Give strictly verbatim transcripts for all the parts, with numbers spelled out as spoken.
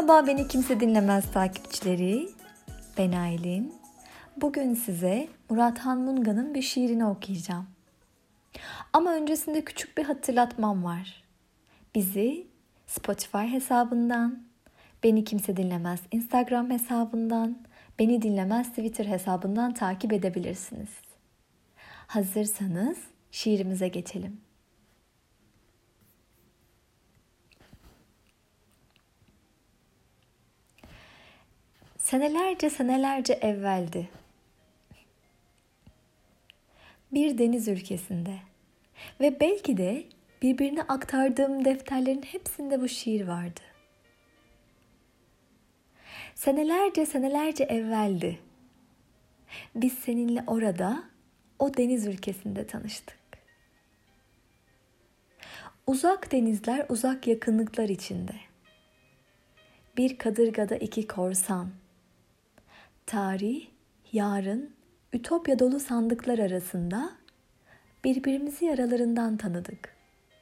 Merhaba Beni Kimse Dinlemez takipçileri. Ben Aylin. Bugün size Murat Han Munga'nın bir şiirini okuyacağım. Ama öncesinde küçük bir hatırlatmam var. Bizi Spotify hesabından, Beni Kimse Dinlemez Instagram hesabından, Beni Dinlemez Twitter hesabından takip edebilirsiniz. Hazırsanız şiirimize geçelim. Senelerce senelerce evveldi. Bir deniz ülkesinde ve belki de birbirine aktardığım defterlerin hepsinde bu şiir vardı. Senelerce senelerce evveldi. Biz seninle orada, o deniz ülkesinde tanıştık. Uzak denizler, uzak yakınlıklar içinde. Bir kadırgada iki korsan. Tarih, yarın, ütopya dolu sandıklar arasında birbirimizi yaralarından tanıdık.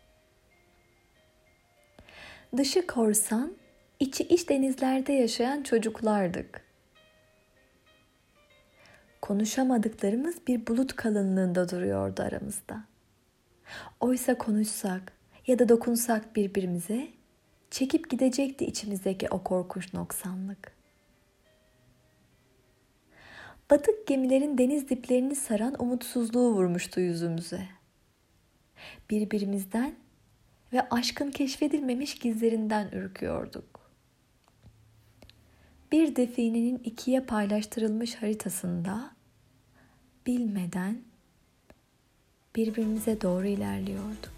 Dışı korsan, içi iç denizlerde yaşayan çocuklardık. Konuşamadıklarımız bir bulut kalınlığında duruyordu aramızda. Oysa konuşsak ya da dokunsak birbirimize, çekip gidecekti içimizdeki o korkunç noksanlık. Batık gemilerin deniz diplerini saran umutsuzluğu vurmuştu yüzümüze. Birbirimizden ve aşkın keşfedilmemiş gizlerinden ürküyorduk. Bir definenin ikiye paylaştırılmış haritasında bilmeden birbirimize doğru ilerliyorduk.